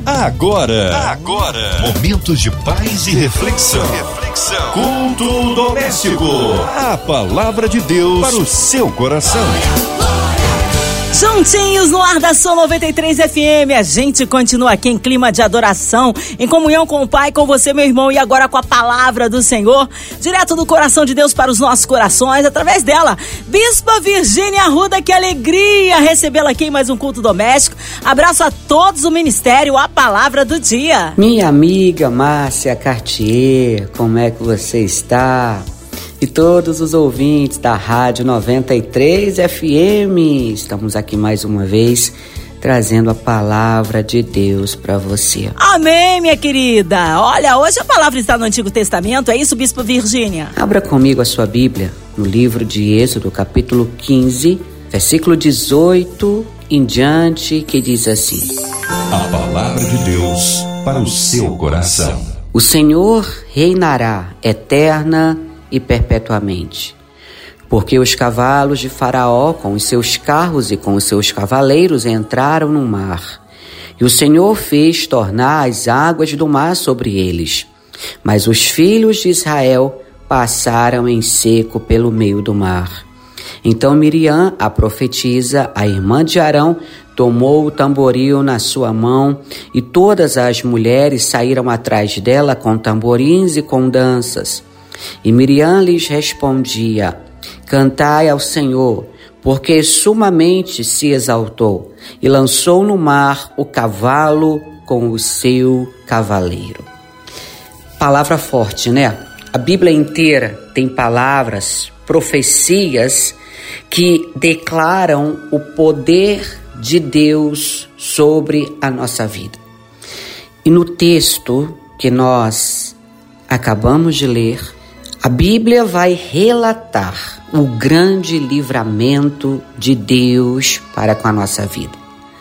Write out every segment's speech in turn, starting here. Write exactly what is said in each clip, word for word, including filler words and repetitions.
Agora, agora, momentos de paz e reflexão. Reflexão. Culto doméstico. A palavra de Deus para o seu coração. Juntinhos no ar da Sul noventa e três F M, a gente continua aqui em clima de adoração, em comunhão com o Pai, com você, meu irmão, e agora com a palavra do Senhor, direto do coração de Deus para os nossos corações, através dela, Bispa Virgínia Arruda. Que alegria recebê-la aqui em mais um culto doméstico. Abraço a todos o ministério, a palavra do dia. Minha amiga Márcia Cartier, como é que você está? E todos os ouvintes da Rádio noventa e três F M, estamos aqui mais uma vez trazendo a palavra de Deus para você. Amém, minha querida. Olha, hoje a palavra está no Antigo Testamento, é isso, Bispo Virgínia? Abra comigo a sua Bíblia no livro de Êxodo, capítulo quinze, versículo dezoito em diante, que diz assim: A palavra de Deus para o seu coração. O Senhor reinará eterna e perpetuamente, porque os cavalos de Faraó com os seus carros e com os seus cavaleiros entraram no mar, e o Senhor fez tornar as águas do mar sobre eles, mas os filhos de Israel passaram em seco pelo meio do mar. Então Miriam, a profetisa, a irmã de Arão, tomou o tamboril na sua mão, e todas as mulheres saíram atrás dela com tamborins e com danças. E Miriam lhes respondia: Cantai ao Senhor, porque sumamente se exaltou, e lançou no mar o cavalo com o seu cavaleiro. Palavra forte, né? A Bíblia inteira tem palavras, profecias que declaram o poder de Deus sobre a nossa vida. E no texto que nós acabamos de ler, a Bíblia vai relatar o grande livramento de Deus para com a nossa vida.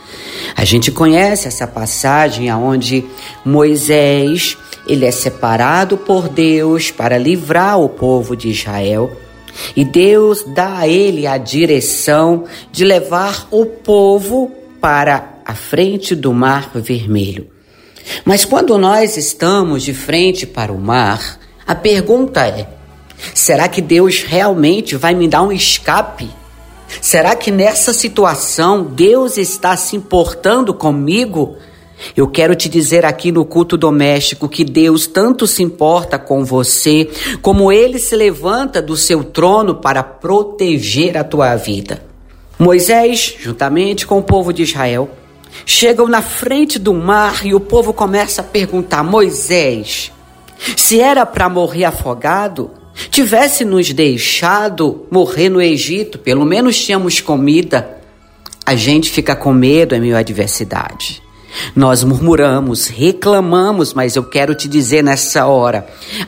A gente conhece essa passagem onde Moisés, ele é separado por Deus para livrar o povo de Israel, e Deus dá a ele a direção de levar o povo para a frente do Mar Vermelho. Mas quando nós estamos de frente para o mar, a pergunta é: será que Deus realmente vai me dar um escape? Será que nessa situação Deus está se importando comigo? Eu quero te dizer aqui no culto doméstico que Deus tanto se importa com você, como Ele se levanta do seu trono para proteger a tua vida. Moisés, juntamente com o povo de Israel, chegam na frente do mar e o povo começa a perguntar: Moisés, se era para morrer afogado, tivesse nos deixado morrer no Egito, pelo menos tínhamos comida. A gente fica com medo em meio à adversidade. Nós murmuramos, reclamamos, mas eu quero te dizer nessa hora: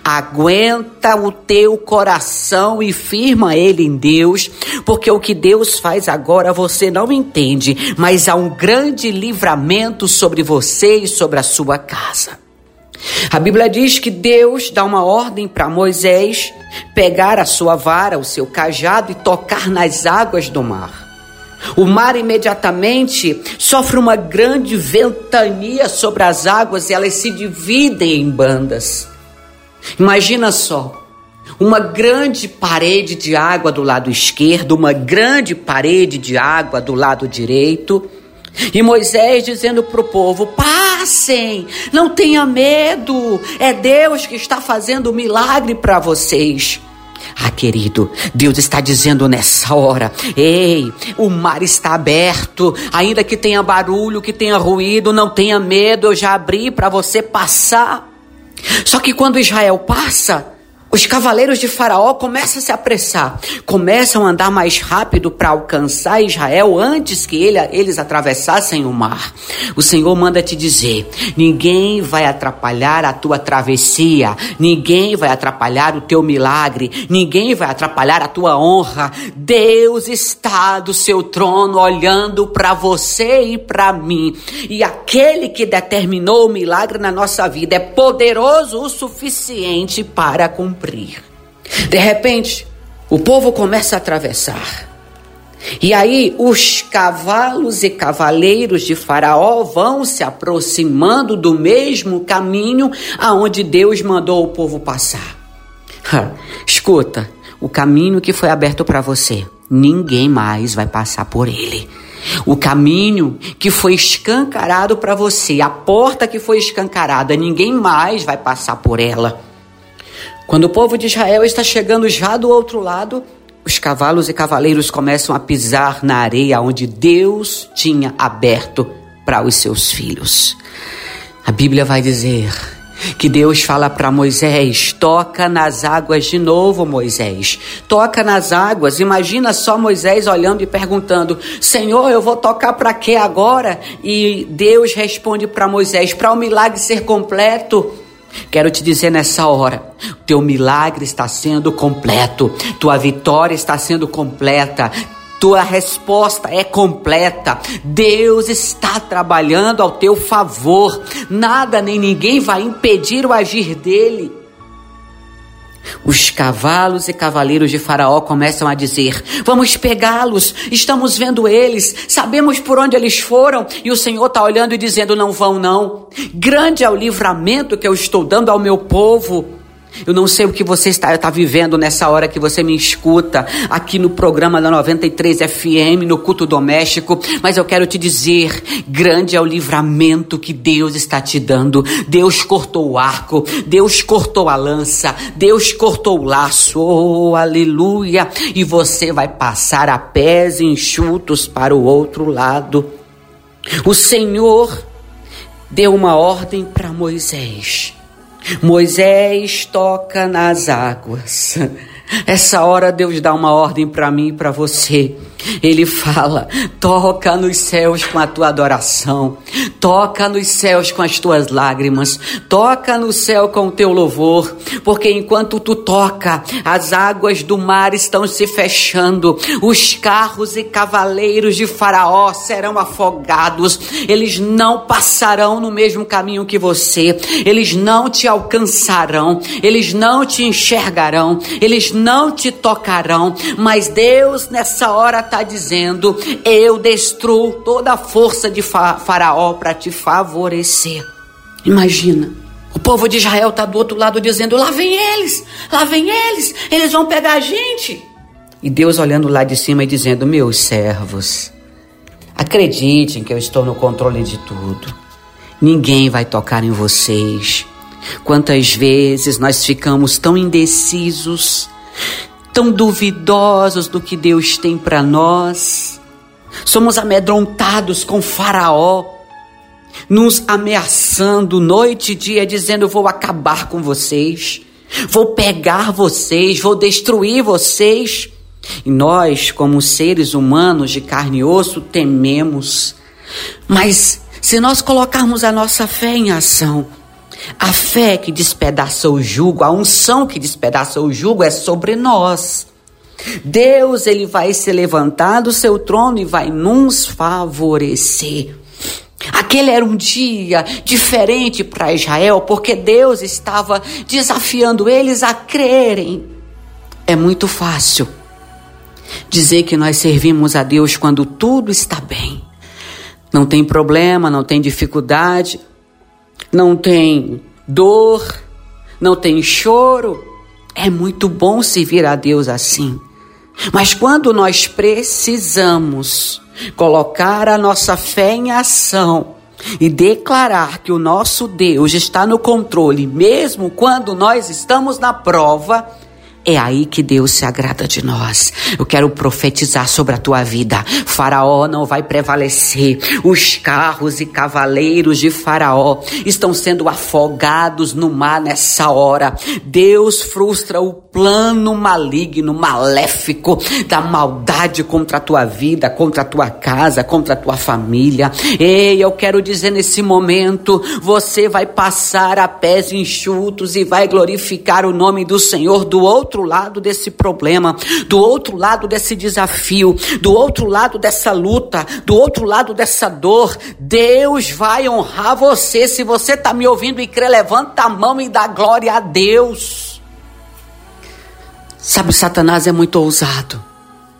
aguenta o teu coração e firma ele em Deus, porque o que Deus faz agora você não entende, mas há um grande livramento sobre você e sobre a sua casa. A Bíblia diz que Deus dá uma ordem para Moisés pegar a sua vara, o seu cajado, e tocar nas águas do mar. O mar imediatamente sofre uma grande ventania sobre as águas e elas se dividem em bandas. Imagina só, uma grande parede de água do lado esquerdo, uma grande parede de água do lado direito, e Moisés dizendo para o povo: passem, não tenha medo, é Deus que está fazendo um milagre para vocês. Ah, querido, Deus está dizendo nessa hora: ei, o mar está aberto, ainda que tenha barulho, que tenha ruído, não tenha medo, eu já abri para você passar. Só que quando Israel passa, os cavaleiros de Faraó começam a se apressar, começam a andar mais rápido para alcançar Israel antes que ele, eles atravessassem o mar. O Senhor manda te dizer: ninguém vai atrapalhar a tua travessia, ninguém vai atrapalhar o teu milagre, ninguém vai atrapalhar a tua honra. Deus está do seu trono olhando para você e para mim, e aquele que determinou o milagre na nossa vida é poderoso o suficiente para cumprir. De repente, o povo começa a atravessar. E aí os cavalos e cavaleiros de Faraó vão se aproximando do mesmo caminho aonde Deus mandou o povo passar. Escuta, o caminho que foi aberto para você, ninguém mais vai passar por ele. O caminho que foi escancarado para você, a porta que foi escancarada, ninguém mais vai passar por ela. Quando o povo de Israel está chegando já do outro lado, os cavalos e cavaleiros começam a pisar na areia onde Deus tinha aberto para os seus filhos. A Bíblia vai dizer que Deus fala para Moisés: toca nas águas de novo, Moisés. Toca nas águas. Imagina só Moisés olhando e perguntando: Senhor, eu vou tocar para quê agora? E Deus responde para Moisés: para o milagre ser completo. Quero te dizer nessa hora, teu milagre está sendo completo, tua vitória está sendo completa, tua resposta é completa. Deus está trabalhando ao teu favor, nada nem ninguém vai impedir o agir dele. Os cavalos e cavaleiros de Faraó começam a dizer: vamos pegá-los, estamos vendo eles, sabemos por onde eles foram. E o Senhor está olhando e dizendo: não vão não. Grande é o livramento que eu estou dando ao meu povo. Eu não sei o que você está, está vivendo nessa hora que você me escuta aqui no programa da noventa e três F M, no culto doméstico, mas eu quero te dizer, grande é o livramento que Deus está te dando. Deus cortou o arco, Deus cortou a lança, Deus cortou o laço, oh, aleluia, e você vai passar a pés enxutos para o outro lado. O Senhor deu uma ordem para Moisés: Moisés, toca nas águas. Essa hora Deus dá uma ordem para mim e para você. Ele fala: toca nos céus com a tua adoração, toca nos céus com as tuas lágrimas, toca no céu com o teu louvor, porque enquanto tu toca, as águas do mar estão se fechando, os carros e cavaleiros de Faraó serão afogados, eles não passarão no mesmo caminho que você, eles não te alcançarão, eles não te enxergarão, eles não te tocarão, mas Deus nessa hora está dizendo: eu destruo toda a força de Faraó para te favorecer. Imagina, o povo de Israel está do outro lado dizendo: lá vem eles, lá vem eles, eles vão pegar a gente. E Deus olhando lá de cima e dizendo: meus servos, acreditem que eu estou no controle de tudo, ninguém vai tocar em vocês. Quantas vezes nós ficamos tão indecisos, tão duvidosos do que Deus tem para nós. Somos amedrontados com Faraó, nos ameaçando noite e dia, dizendo: vou acabar com vocês, vou pegar vocês, vou destruir vocês. E nós, como seres humanos de carne e osso, tememos. Mas se nós colocarmos a nossa fé em ação, a fé que despedaça o jugo, a unção que despedaça o jugo é sobre nós. Deus, ele vai se levantar do seu trono e vai nos favorecer. Aquele era um dia diferente para Israel, porque Deus estava desafiando eles a crerem. É muito fácil dizer que nós servimos a Deus quando tudo está bem. Não tem problema, não tem dificuldade, não tem dor, não tem choro. É muito bom servir a Deus assim. Mas quando nós precisamos colocar a nossa fé em ação e declarar que o nosso Deus está no controle, mesmo quando nós estamos na prova, é aí que Deus se agrada de nós. Eu quero profetizar sobre a tua vida. Faraó não vai prevalecer. Os carros e cavaleiros de Faraó estão sendo afogados no mar nessa hora. Deus frustra o plano maligno, maléfico da maldade contra a tua vida, contra a tua casa, contra a tua família. Ei, eu quero dizer nesse momento, você vai passar a pés enxutos e vai glorificar o nome do Senhor do outro lado desse problema, do outro lado desse desafio, do outro lado dessa luta, do outro lado dessa dor. Deus vai honrar você. Se você está me ouvindo e crê, levanta a mão e dá glória a Deus. Sabe, Satanás é muito ousado.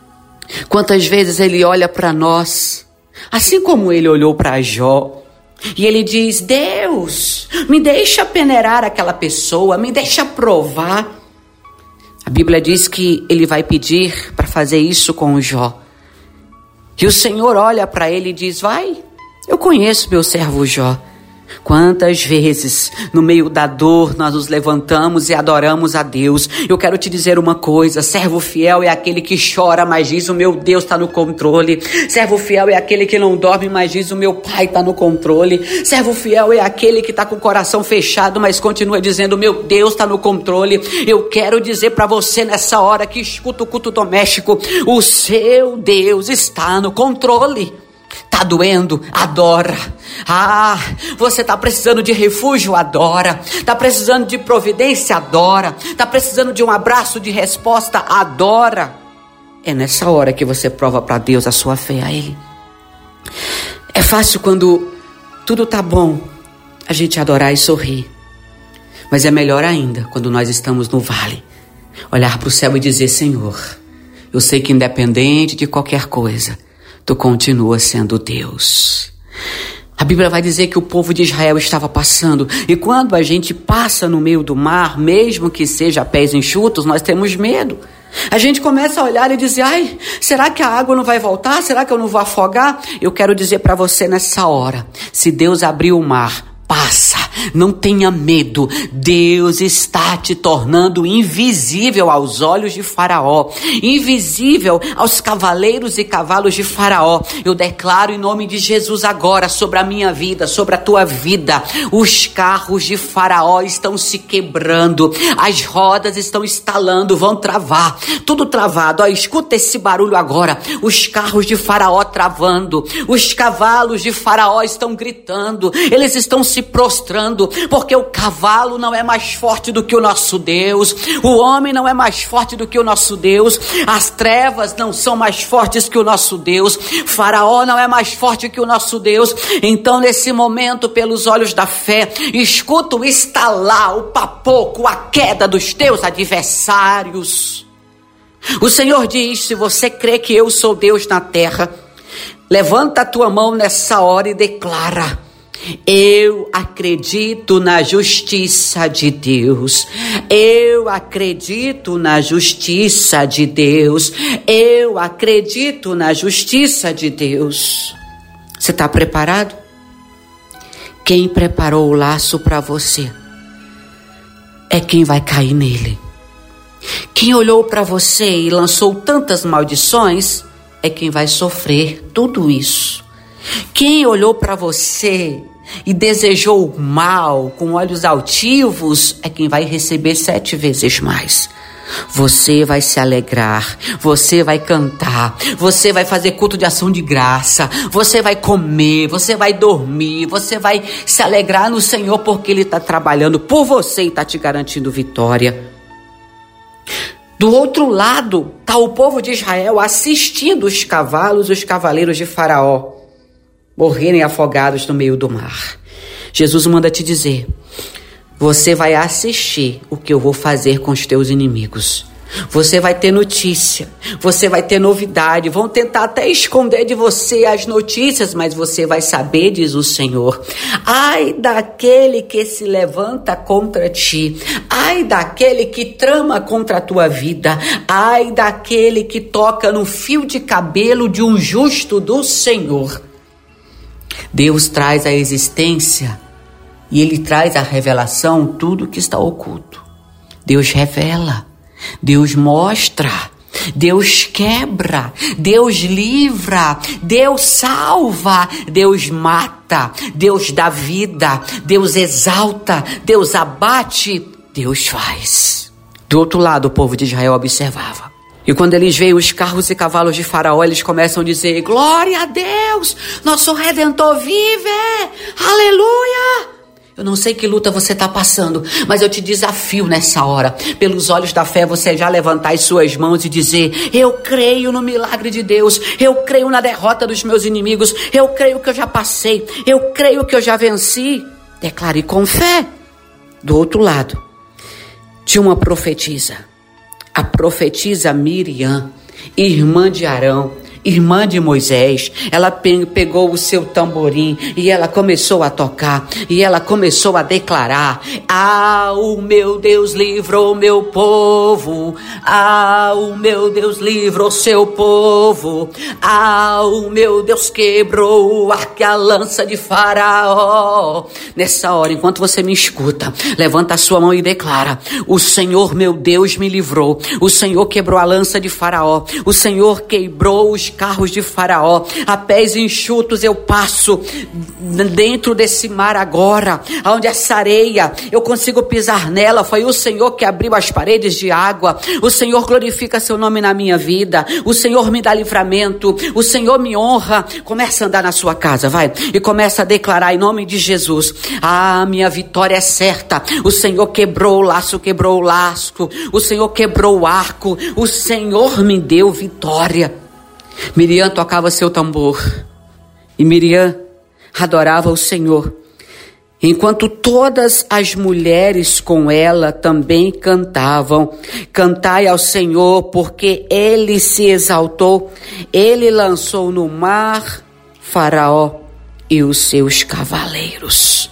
Quantas vezes ele olha para nós, assim como ele olhou para Jó, e ele diz: Deus, me deixa peneirar aquela pessoa, me deixa provar. A Bíblia diz que ele vai pedir para fazer isso com o Jó. E o Senhor olha para ele e diz: vai, eu conheço meu servo Jó. Quantas vezes no meio da dor nós nos levantamos e adoramos a Deus. Eu quero te dizer uma coisa: servo fiel é aquele que chora, mas diz: o meu Deus está no controle. Servo fiel é aquele que não dorme, mas diz: o meu Pai está no controle. Servo fiel é aquele que está com o coração fechado, mas continua dizendo: o meu Deus está no controle. Eu quero dizer para você nessa hora que escuta o culto doméstico: o seu Deus está no controle. Tá doendo? Adora. Ah, você tá precisando de refúgio? Adora. Tá precisando de providência? Adora. Tá precisando de um abraço de resposta? Adora. É nessa hora que você prova para Deus a sua fé a Ele. É fácil quando tudo tá bom a gente adorar e sorrir. Mas é melhor ainda quando nós estamos no vale, olhar para o céu e dizer: Senhor, eu sei que independente de qualquer coisa, Tu continua sendo Deus. A Bíblia vai dizer que o povo de Israel estava passando. E quando a gente passa no meio do mar, mesmo que seja a pés enxutos, nós temos medo. A gente começa a olhar e dizer: ai, será que a água não vai voltar? Será que eu não vou afogar? Eu quero dizer para você nessa hora: se Deus abrir o mar, passa, não tenha medo. Deus está te tornando invisível aos olhos de Faraó, invisível aos cavaleiros e cavalos de Faraó. Eu declaro em nome de Jesus agora sobre a minha vida, sobre a tua vida: os carros de Faraó estão se quebrando, as rodas estão estalando, vão travar, tudo travado. Ó, escuta esse barulho agora: os carros de Faraó travando, os cavalos de Faraó estão gritando, eles estão se prostrando, porque o cavalo não é mais forte do que o nosso Deus, o homem não é mais forte do que o nosso Deus, as trevas não são mais fortes que o nosso Deus, Faraó não é mais forte que o nosso Deus. Então, nesse momento, pelos olhos da fé, escuta o estalar, o papoco, a queda dos teus adversários. O Senhor diz: se você crê que eu sou Deus na terra, levanta a tua mão nessa hora e declara: eu acredito na justiça de Deus. Eu acredito na justiça de Deus. Eu acredito na justiça de Deus. Você está preparado? Quem preparou o laço para você é quem vai cair nele. Quem olhou para você e lançou tantas maldições é quem vai sofrer tudo isso. Quem olhou para você e desejou o mal com olhos altivos é quem vai receber sete vezes mais. Você vai se alegrar, você vai cantar, você vai fazer culto de ação de graça, você vai comer, você vai dormir, você vai se alegrar no Senhor, porque Ele está trabalhando por você e está te garantindo vitória. Do outro lado está o povo de Israel assistindo os cavalos, os cavaleiros de Faraó morrerem afogados no meio do mar. Jesus manda te dizer: você vai assistir o que eu vou fazer com os teus inimigos. Você vai ter notícia, você vai ter novidade. Vão tentar até esconder de você as notícias, mas você vai saber, diz o Senhor. Ai daquele que se levanta contra ti, ai daquele que trama contra a tua vida, ai daquele que toca no fio de cabelo de um justo do Senhor. Deus traz à existência e Ele traz à revelação tudo que está oculto. Deus revela, Deus mostra, Deus quebra, Deus livra, Deus salva, Deus mata, Deus dá vida, Deus exalta, Deus abate, Deus faz. Do outro lado, o povo de Israel observava. E quando eles veem os carros e cavalos de Faraó, eles começam a dizer: glória a Deus, nosso Redentor vive, aleluia. Eu não sei que luta você está passando, mas eu te desafio nessa hora, pelos olhos da fé, você já levantar as suas mãos e dizer: eu creio no milagre de Deus, eu creio na derrota dos meus inimigos, eu creio que eu já passei, eu creio que eu já venci. Declare com fé. Do outro lado, tinha uma profetisa. A profetisa Miriam, irmã de Arão, irmã de Moisés. Ela pegou o seu tamborim e ela começou a tocar, e ela começou a declarar: ah, o meu Deus livrou o meu povo, ah, o meu Deus livrou o seu povo, ah, o meu Deus quebrou o arco e a lança de Faraó. Nessa hora, enquanto você me escuta, levanta a sua mão e declara: o Senhor meu Deus me livrou, o Senhor quebrou a lança de Faraó, o Senhor quebrou os carros de Faraó, a pés enxutos eu passo dentro desse mar agora, onde essa areia eu consigo pisar nela. Foi o Senhor que abriu as paredes de água. O Senhor glorifica seu nome na minha vida, o Senhor me dá livramento, o Senhor me honra. Começa a andar na sua casa, vai, e começa a declarar em nome de Jesus: ah, minha vitória é certa, o Senhor quebrou o laço, quebrou o laço, o Senhor quebrou o arco, o Senhor me deu vitória. Miriam tocava seu tambor e Miriam adorava o Senhor, enquanto todas as mulheres com ela também cantavam: cantai ao Senhor, porque Ele se exaltou, Ele lançou no mar Faraó e os seus cavaleiros.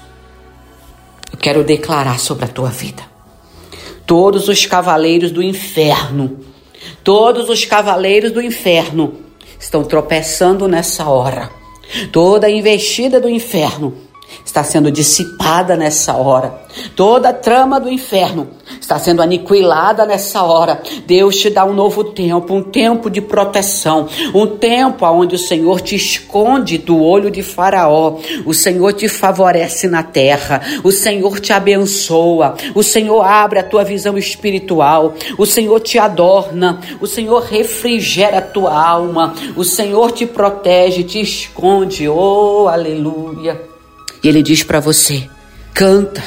Eu quero declarar sobre a tua vida: todos os cavaleiros do inferno, todos os cavaleiros do inferno estão tropeçando nessa hora. Toda a investida do inferno está sendo dissipada nessa hora. Toda a trama do inferno está sendo aniquilada nessa hora. Deus te dá um novo tempo, um tempo de proteção, um tempo onde o Senhor te esconde do olho de Faraó. O Senhor te favorece na terra, o Senhor te abençoa, o Senhor abre a tua visão espiritual, o Senhor te adorna, o Senhor refrigera a tua alma, o Senhor te protege, te esconde. Oh, aleluia! E Ele diz para você: canta,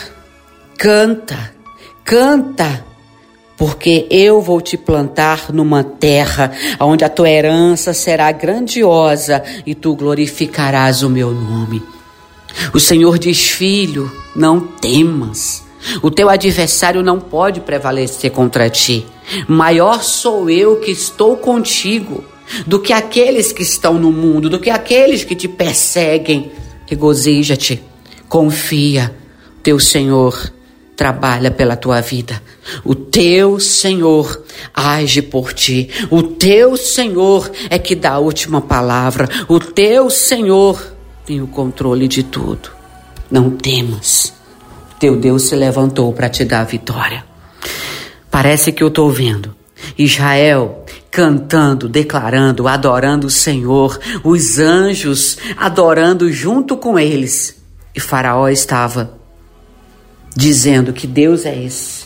canta, canta, porque eu vou te plantar numa terra onde a tua herança será grandiosa e tu glorificarás o meu nome. O Senhor diz: filho, não temas. O teu adversário não pode prevalecer contra ti. Maior sou eu que estou contigo do que aqueles que estão no mundo, do que aqueles que te perseguem. Regozija-te, confia, teu Senhor trabalha pela tua vida, o teu Senhor age por ti, o teu Senhor é que dá a última palavra, o teu Senhor tem o controle de tudo. Não temas, teu Deus se levantou para te dar a vitória. Parece que eu estou vendo Israel cantando, declarando, adorando o Senhor, os anjos adorando junto com eles, e Faraó estava dizendo que Deus é esse,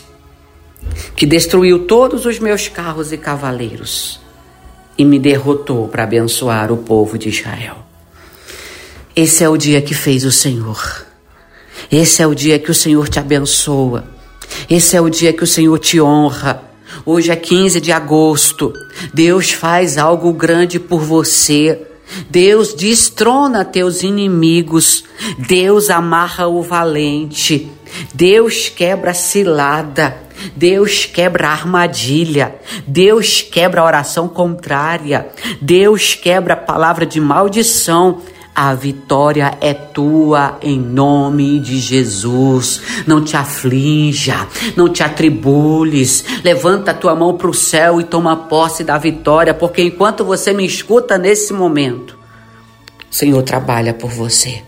que destruiu todos os meus carros e cavaleiros e me derrotou para abençoar o povo de Israel. Esse é o dia que fez o Senhor, esse é o dia que o Senhor te abençoa, esse é o dia que o Senhor te honra. Hoje é quinze de agosto, Deus faz algo grande por você. Deus destrona teus inimigos, Deus amarra o valente, Deus quebra a cilada, Deus quebra a armadilha, Deus quebra a oração contrária, Deus quebra a palavra de maldição. A vitória é tua em nome de Jesus. Não te aflija, não te atribules. Levanta a tua mão para o céu e toma posse da vitória, porque enquanto você me escuta nesse momento, o Senhor trabalha por você.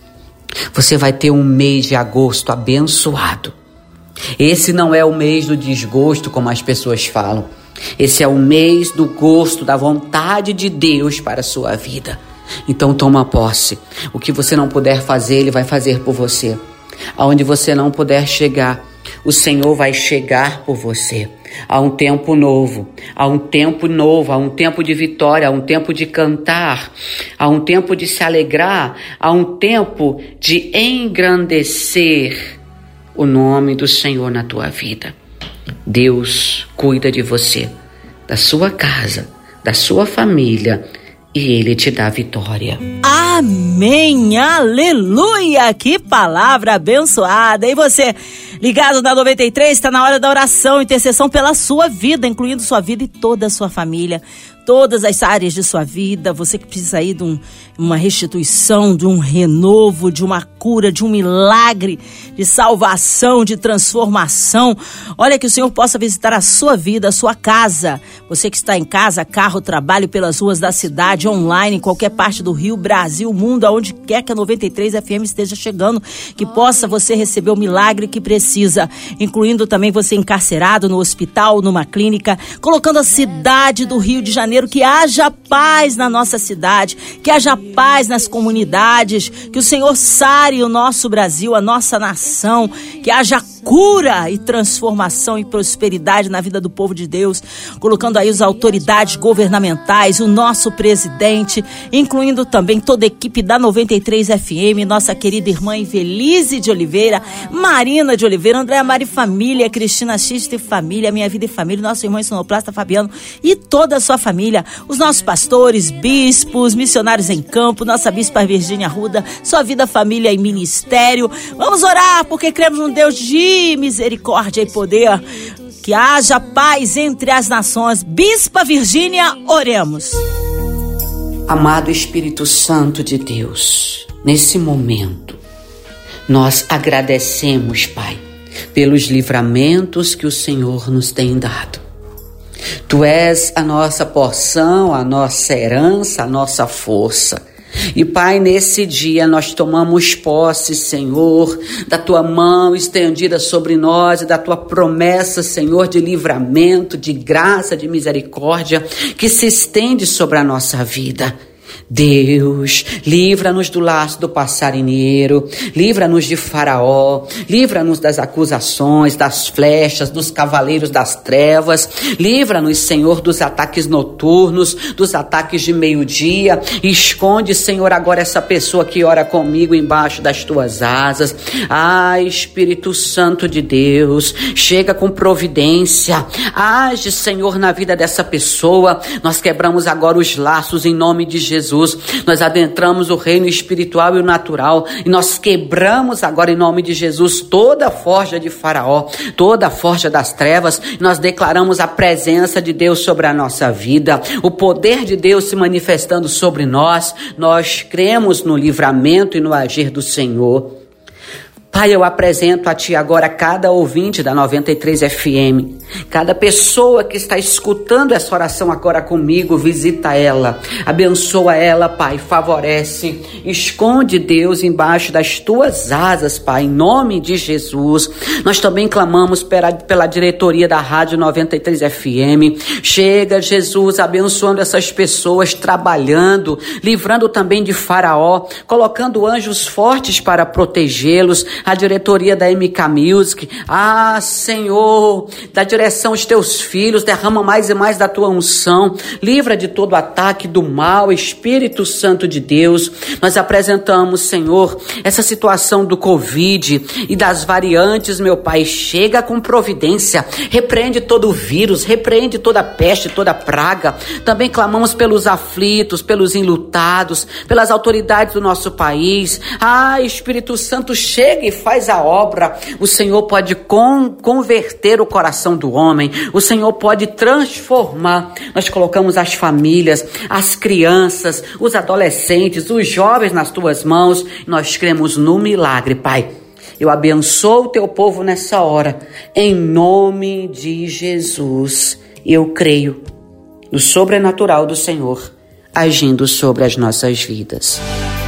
Você vai ter um mês de agosto abençoado. Esse não é o mês do desgosto, como as pessoas falam. Esse é o mês do gosto, da vontade de Deus para a sua vida. Então toma posse. O que você não puder fazer, Ele vai fazer por você. Aonde você não puder chegar, o Senhor vai chegar por você. Há um tempo novo, há um tempo novo, há um tempo de vitória, há um tempo de cantar, há um tempo de se alegrar, há um tempo de engrandecer o nome do Senhor na tua vida. Deus cuida de você, da sua casa, da sua família, e Ele te dá vitória. Amém, aleluia, que palavra abençoada. E você, ligado na noventa e três, está na hora da oração, intercessão pela sua vida, incluindo sua vida e toda a sua família. todas as áreas de sua vida, você que precisa aí de um, uma restituição, de um renovo, de uma cura, de um milagre, de salvação, de transformação. Olha, que o Senhor possa visitar a sua vida, a sua casa. Você que está em casa, carro, trabalho, pelas ruas da cidade, online, em qualquer parte do Rio, Brasil, mundo, aonde quer que a noventa e três F M esteja chegando, que possa você receber o milagre que precisa, incluindo também você encarcerado no hospital, numa clínica, colocando a cidade do Rio de Janeiro, que haja paz na nossa cidade, que haja paz nas comunidades, que o Senhor sare o nosso Brasil, a nossa nação, que haja cura e transformação e prosperidade na vida do povo de Deus, colocando aí as autoridades governamentais, o nosso presidente, incluindo também toda a equipe da noventa e três F M, nossa querida irmã Invelise de Oliveira, Marina de Oliveira, Andréa Mari Família, Cristina Xista e Família, Minha Vida e Família, nosso irmão sonoplasta Fabiano e toda a sua família, os nossos pastores, bispos, missionários em campo, nossa bispa Virgínia Arruda, sua vida, família e ministério. Vamos orar, porque cremos num Deus de misericórdia e poder, que haja paz entre as nações. Bispa Virgínia, oremos. Amado Espírito Santo de Deus, nesse momento, nós agradecemos, Pai, pelos livramentos que o Senhor nos tem dado. Tu és a nossa porção, a nossa herança, a nossa força. E, Pai, nesse dia nós tomamos posse, Senhor, da Tua mão estendida sobre nós e da Tua promessa, Senhor, de livramento, de graça, de misericórdia, que se estende sobre a nossa vida. Deus, livra-nos do laço do passarinheiro, livra-nos de Faraó, livra-nos das acusações, das flechas, dos cavaleiros das trevas, livra-nos, Senhor, dos ataques noturnos, dos ataques de meio-dia. Esconde, Senhor, agora essa pessoa que ora comigo embaixo das Tuas asas. Ah, Espírito Santo de Deus, chega com providência, age, Senhor, na vida dessa pessoa. Nós quebramos agora os laços em nome de Jesus. Nós adentramos o reino espiritual e o natural e nós quebramos agora em nome de Jesus toda a forja de Faraó, toda a forja das trevas. Nós declaramos a presença de Deus sobre a nossa vida, o poder de Deus se manifestando sobre nós. Nós cremos no livramento e no agir do Senhor. Pai, eu apresento a Ti agora cada ouvinte da noventa e três F M, cada pessoa que está escutando essa oração agora comigo, visita ela, abençoa ela, Pai, favorece, esconde, Deus, embaixo das Tuas asas, Pai, em nome de Jesus. Nós também clamamos pela, pela diretoria da Rádio noventa e três F M, chega, Jesus, abençoando essas pessoas, trabalhando, livrando também de Faraó, colocando anjos fortes para protegê-los, a diretoria da M K Music. Ah, Senhor, da direção aos Teus filhos, derrama mais e mais da Tua unção, livra de todo ataque do mal, Espírito Santo de Deus. Nós apresentamos, Senhor, essa situação do Covid e das variantes, meu Pai, chega com providência, repreende todo o vírus, repreende toda a peste, toda a praga. Também clamamos pelos aflitos, pelos enlutados, pelas autoridades do nosso país. Ah, Espírito Santo, chega e faz a obra. O Senhor pode con- converter o coração do homem, o Senhor pode transformar. Nós colocamos as famílias, as crianças, os adolescentes, os jovens nas Tuas mãos. Nós cremos no milagre, Pai. Eu abençoo o Teu povo nessa hora, em nome de Jesus. Eu creio no sobrenatural do Senhor agindo sobre as nossas vidas.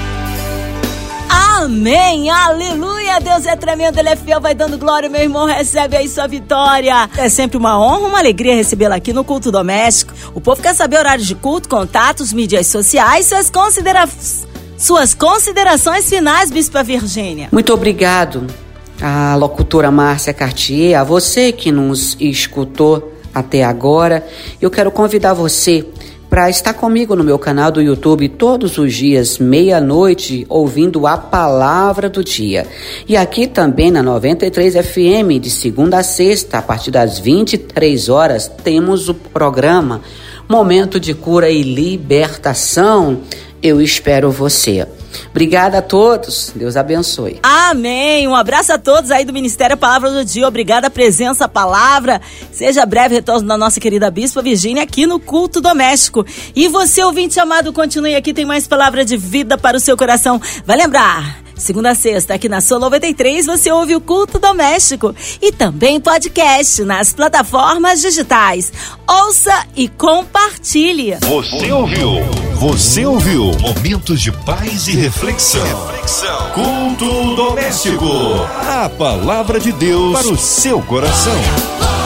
Amém, aleluia, Deus é tremendo, Ele é fiel, vai dando glória, meu irmão, recebe aí sua vitória. É sempre uma honra, uma alegria recebê-la aqui no Culto Doméstico. O povo quer saber horários de culto, contatos, mídias sociais, suas considerações, suas considerações finais, Bispa Virgínia. Muito obrigado à locutora Márcia Cartier, a você que nos escutou até agora. Eu quero convidar você para estar comigo no meu canal do YouTube todos os dias, meia-noite, ouvindo a palavra do dia. E aqui também na noventa e três F M, de segunda a sexta, a partir das vinte e três horas, temos o programa Momento de Cura e Libertação. Eu espero você. Obrigada a todos, Deus abençoe. Amém, um abraço a todos aí do Ministério Palavra do Dia, obrigada a presença, a palavra, seja breve retorno da nossa querida Bispa Virgínia aqui no Culto Doméstico. E você, ouvinte amado, continue aqui, tem mais palavra de vida para o seu coração. Vai lembrar, segunda a sexta, aqui na Soul noventa e três, você ouve o Culto Doméstico e também podcast nas plataformas digitais. Ouça e compartilhe. Você ouviu? Você ouviu? Momentos de paz e reflexão. reflexão. Culto Doméstico. A palavra de Deus para o seu coração.